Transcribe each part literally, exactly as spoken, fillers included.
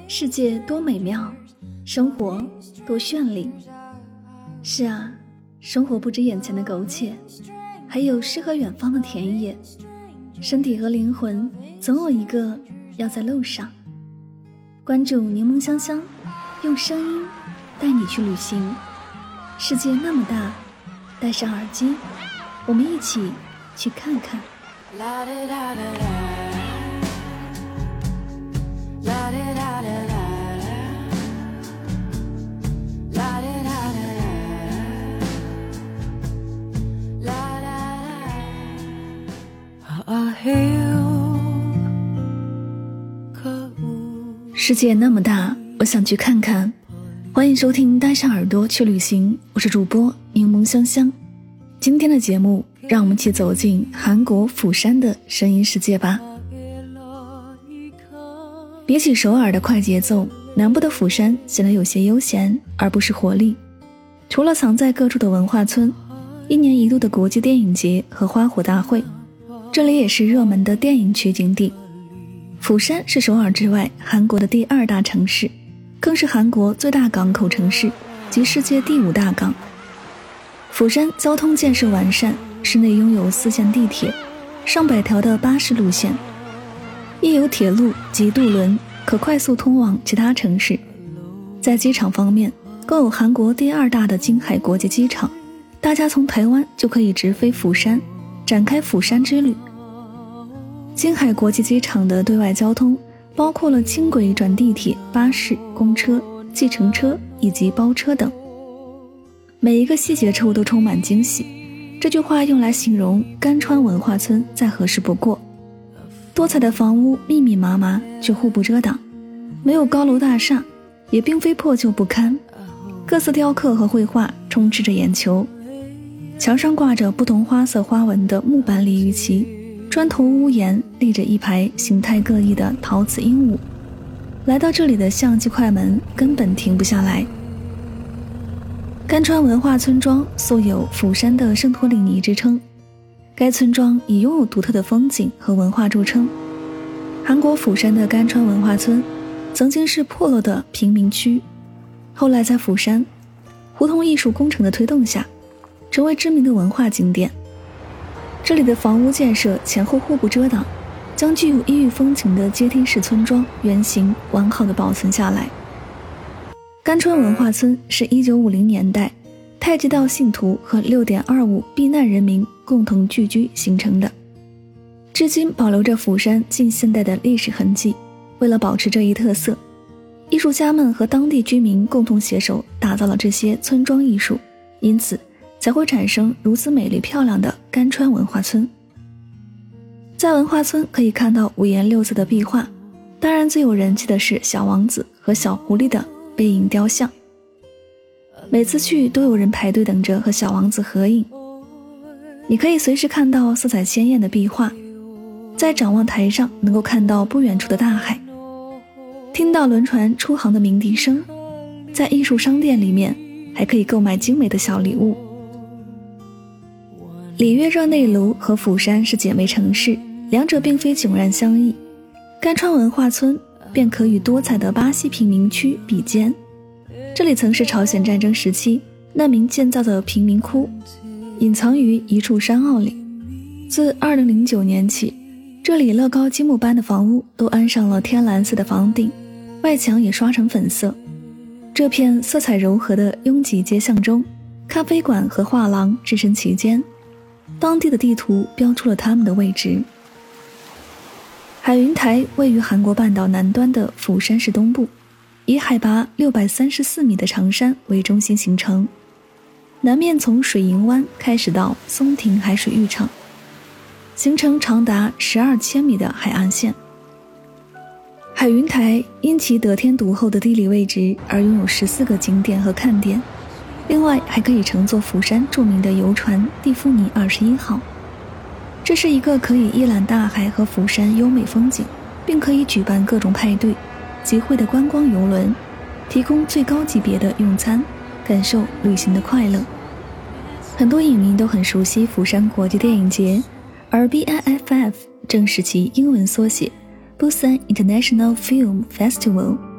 世界多美妙，生活多绚丽。是啊，生活不止眼前的苟且，还有诗和远方的田野。身体和灵魂总有一个要在路上。关注柠檬香香，用声音带你去旅行。世界那么大，戴上耳机，我们一起去看看。啦啦啦啦啦世界那么大，我想去看看。欢迎收听带上耳朵去旅行，我是主播柠檬香香。今天的节目，让我们一起走进韩国釜山的声音世界吧。比起首尔的快节奏，南部的釜山显得有些悠闲，而不是活力。除了藏在各处的文化村，一年一度的国际电影节和花火大会，这里也是热门的电影取景地。釜山是首尔之外韩国的第二大城市，更是韩国最大港口城市及世界第五大港。釜山交通建设完善，市内拥有四线地铁、上百条的巴士路线，亦有铁路及渡轮可快速通往其他城市。在机场方面，更有韩国第二大的京海国际机场，大家从台湾就可以直飞釜山，展开釜山之旅。京海国际机场的对外交通包括了轻轨转地铁、巴士、公车、计程车以及包车等，每一个细节处都充满惊喜。这句话用来形容甘川文化村再合适不过。多彩的房屋密密麻麻却互不遮挡，没有高楼大厦，也并非破旧不堪，各色雕刻和绘画充斥着眼球。墙上挂着不同花色花纹的木板鲤鱼旗，砖头屋檐立着一排形态各异的陶瓷鹦鹉。来到这里的相机快门根本停不下来。甘川文化村庄素有釜山的圣托里尼之称，该村庄以拥有独特的风景和文化著称。韩国釜山的甘川文化村曾经是破落的贫民区，后来在釜山胡同艺术工程的推动下，成为知名的文化景点。这里的房屋建设前后互不遮挡，将具有异域风情的阶梯式村庄原型完好的保存下来。甘川文化村是一九五零年代太极道信徒和 六点二五 避难人民共同聚居形成的，至今保留着釜山近现代的历史痕迹。为了保持这一特色，艺术家们和当地居民共同携手打造了这些村庄艺术，因此才会产生如此美丽漂亮的甘川文化村。在文化村可以看到五颜六色的壁画，当然最有人气的是小王子和小狐狸的背影雕像。每次去都有人排队等着和小王子合影。你可以随时看到色彩鲜艳的壁画，在展望台上能够看到不远处的大海，听到轮船出航的鸣笛声。在艺术商店里面还可以购买精美的小礼物。里约热内卢和釜山是姐妹城市，两者并非迥然相异，甘川文化村便可与多彩的巴西贫民区比肩。这里曾是朝鲜战争时期难民建造的贫民窟，隐藏于一处山坳里。自二零零九年起，这里乐高积木般的房屋都安上了天蓝色的房顶，外墙也刷成粉色。这片色彩柔和的拥挤街巷中，咖啡馆和画廊置身其间，当地的地图标出了它们的位置。海云台位于韩国半岛南端的釜山市东部，以海拔六百三十四米的长山为中心形成，南面从水银湾开始到松亭海水浴场，形成长达十二千米的海岸线。海云台因其得天独厚的地理位置而拥有十四个景点和看点，另外还可以乘坐釜山著名的游船蒂芙尼二十一号。这是一个可以一览大海和釜山优美风景，并可以举办各种派对集会的观光游轮，提供最高级别的用餐，感受旅行的快乐。很多影迷都很熟悉釜山国际电影节，而 B I F F 正是其英文缩写 Busan International Film Festival，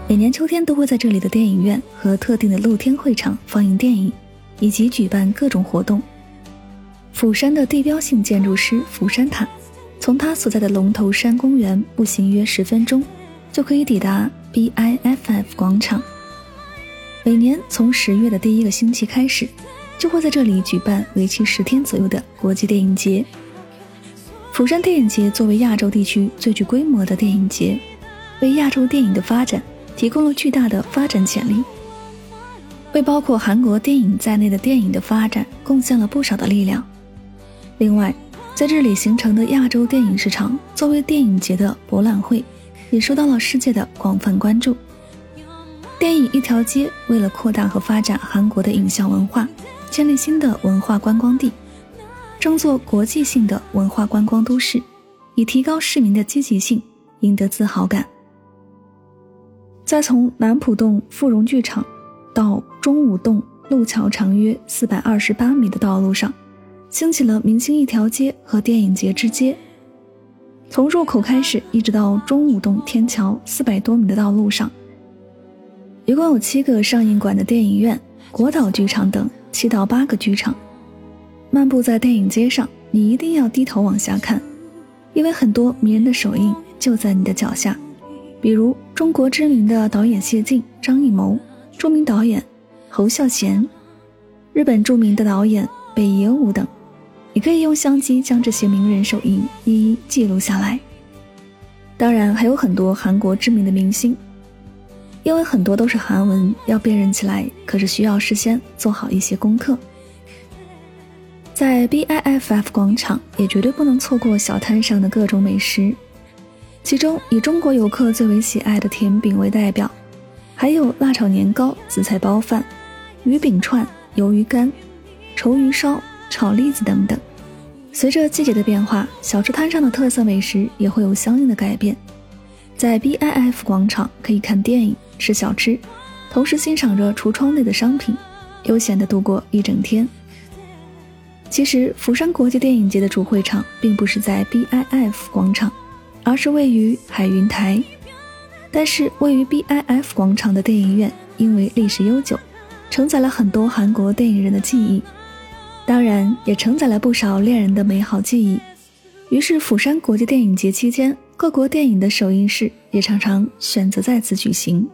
每年秋天都会在这里的电影院和特定的露天会场放映电影，以及举办各种活动。釜山的地标性建筑是釜山塔，从它所在的龙头山公园步行约十分钟就可以抵达 B I F F 广场。每年从十月的第一个星期开始，就会在这里举办为期十天左右的国际电影节。釜山电影节作为亚洲地区最具规模的电影节，为亚洲电影的发展提供了巨大的发展潜力，为包括韩国电影在内的电影的发展贡献了不少的力量。另外，在这里形成的亚洲电影市场作为电影节的博览会，也受到了世界的广泛关注。电影一条街为了扩大和发展韩国的影像文化，建立新的文化观光地，争做国际性的文化观光都市，以提高市民的积极性，赢得自豪感。再从南浦洞富荣剧场到中武洞路桥长约四百二十八米的道路上，兴起了明星一条街和电影节之街。从入口开始一直到中武洞天桥四百多米的道路上，一共有七个上映馆的电影院、国岛剧场等七到八个剧场。漫步在电影街上，你一定要低头往下看，因为很多迷人的手印就在你的脚下，比如中国知名的导演谢晋、张艺谋，著名导演侯孝贤，日本著名的导演北野武等。你可以用相机将这些名人手印一一记录下来。当然还有很多韩国知名的明星，因为很多都是韩文，要辨认起来可是需要事先做好一些功课。在 B I F F 广场也绝对不能错过小摊上的各种美食，其中以中国游客最为喜爱的甜饼为代表，还有辣炒年糕、紫菜包饭、鱼饼串、鱿鱼干、稠鱼烧、炒栗子等等。随着季节的变化，小吃摊上的特色美食也会有相应的改变。在 B I F 广场可以看电影、吃小吃，同时欣赏着橱窗内的商品，悠闲地度过一整天。其实釜山国际电影节的主会场并不是在 B I F 广场，而是位于海云台。但是位于 B I F 广场的电影院因为历史悠久，承载了很多韩国电影人的记忆，当然也承载了不少恋人的美好记忆。于是釜山国际电影节期间，各国电影的首映式也常常选择在此举行。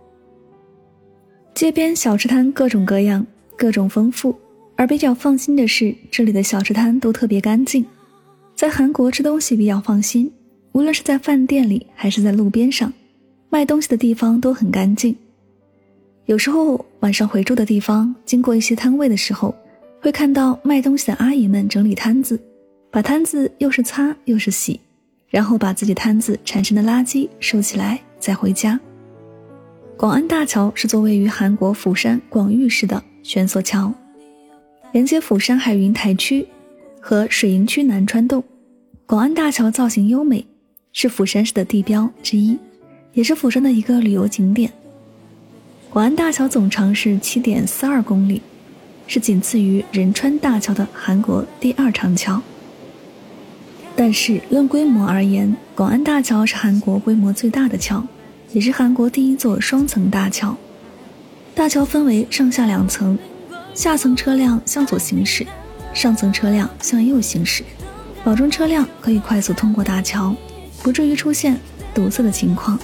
街边小吃摊各种各样，各种丰富，而比较放心的是，这里的小吃摊都特别干净。在韩国吃东西比较放心，无论是在饭店里还是在路边上，卖东西的地方都很干净。有时候晚上回住的地方，经过一些摊位的时候，会看到卖东西的阿姨们整理摊子，把摊子又是擦又是洗，然后把自己摊子产生的垃圾收起来再回家。广安大桥是座位于韩国釜山广域市的悬索桥，连接釜山海云台区和水营区南川洞。广安大桥造型优美，是釜山市的地标之一，也是釜山的一个旅游景点。广安大桥总长是 七点四二公里，是仅次于仁川大桥的韩国第二长桥。但是论规模而言，广安大桥是韩国规模最大的桥，也是韩国第一座双层大桥。大桥分为上下两层，下层车辆向左行驶，上层车辆向右行驶，保证车辆可以快速通过大桥，不至于出现堵塞的情况。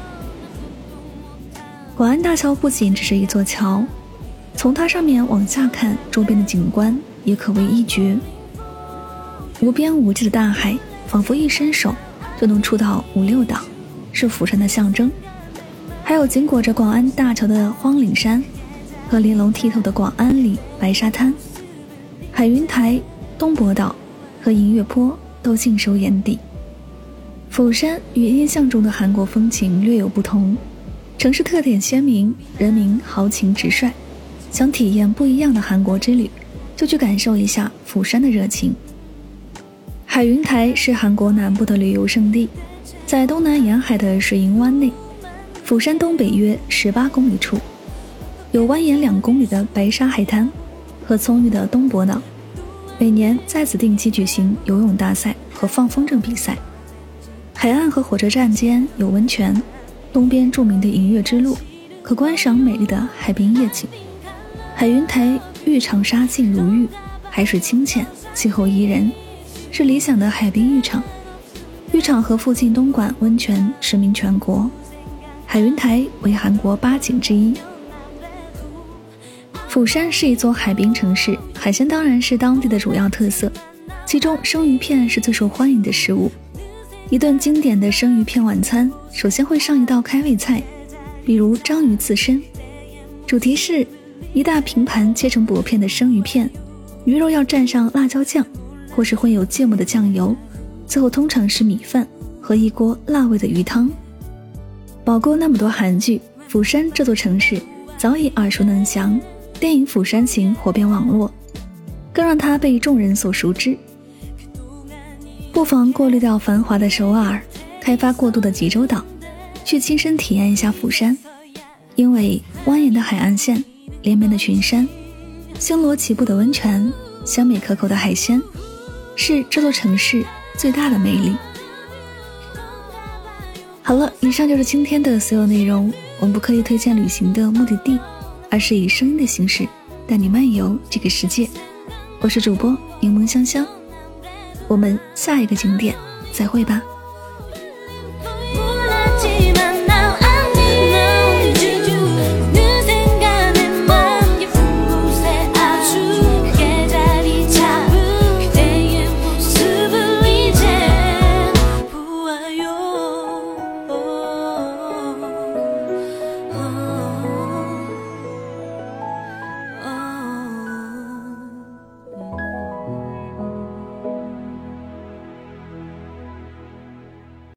广安大桥不仅只是一座桥，从它上面往下看，周边的景观也可谓一绝。无边无际的大海，仿佛一伸手就能触到五六岛，是釜山的象征。还有紧裹着广安大桥的荒岭山和玲珑剔透的广安里白沙滩，海云台、东博岛和银月坡都尽收眼底。釜山与印象中的韩国风情略有不同，城市特点鲜明，人民豪情直率。想体验不一样的韩国之旅，就去感受一下釜山的热情。海云台是韩国南部的旅游胜地，在东南沿海的水银湾内，釜山东北约十八公里处，有蜿蜒两公里的白沙海滩和葱郁的东博岛。每年在此定期举行游泳大赛和放风筝比赛。海岸和火车站间有温泉， 东边著名的银月之路，可观赏美丽的海滨夜景。海云台浴场沙净如玉，海水清浅，气候宜人，是理想的海滨浴场。浴场和附近东莞温泉驰名全国，海云台为韩国八景之一。釜山是一座海滨城市，海鲜当然是当地的主要特色，其中生鱼片是最受欢迎的食物。一顿经典的生鱼片晚餐，首先会上一道开胃菜，比如章鱼刺身，主题是一大平盘切成薄片的生鱼片，鱼肉要蘸上辣椒酱，或是混有芥末的酱油，最后通常是米饭和一锅辣味的鱼汤。饱过那么多韩剧，釜山这座城市早已耳熟能详，电影《釜山行》火遍网络，更让它被众人所熟知。不妨过滤掉繁华的首尔，开发过度的济州岛，去亲身体验一下釜山。因为蜿蜒的海岸线，连绵的群山，星罗棋布的温泉，香美可口的海鲜，是这座城市最大的魅力。好了，以上就是今天的所有内容。我们不刻意推荐旅行的目的地，而是以声音的形式带你漫游这个世界。我是主播柠檬香香，我们下一个景点再会吧。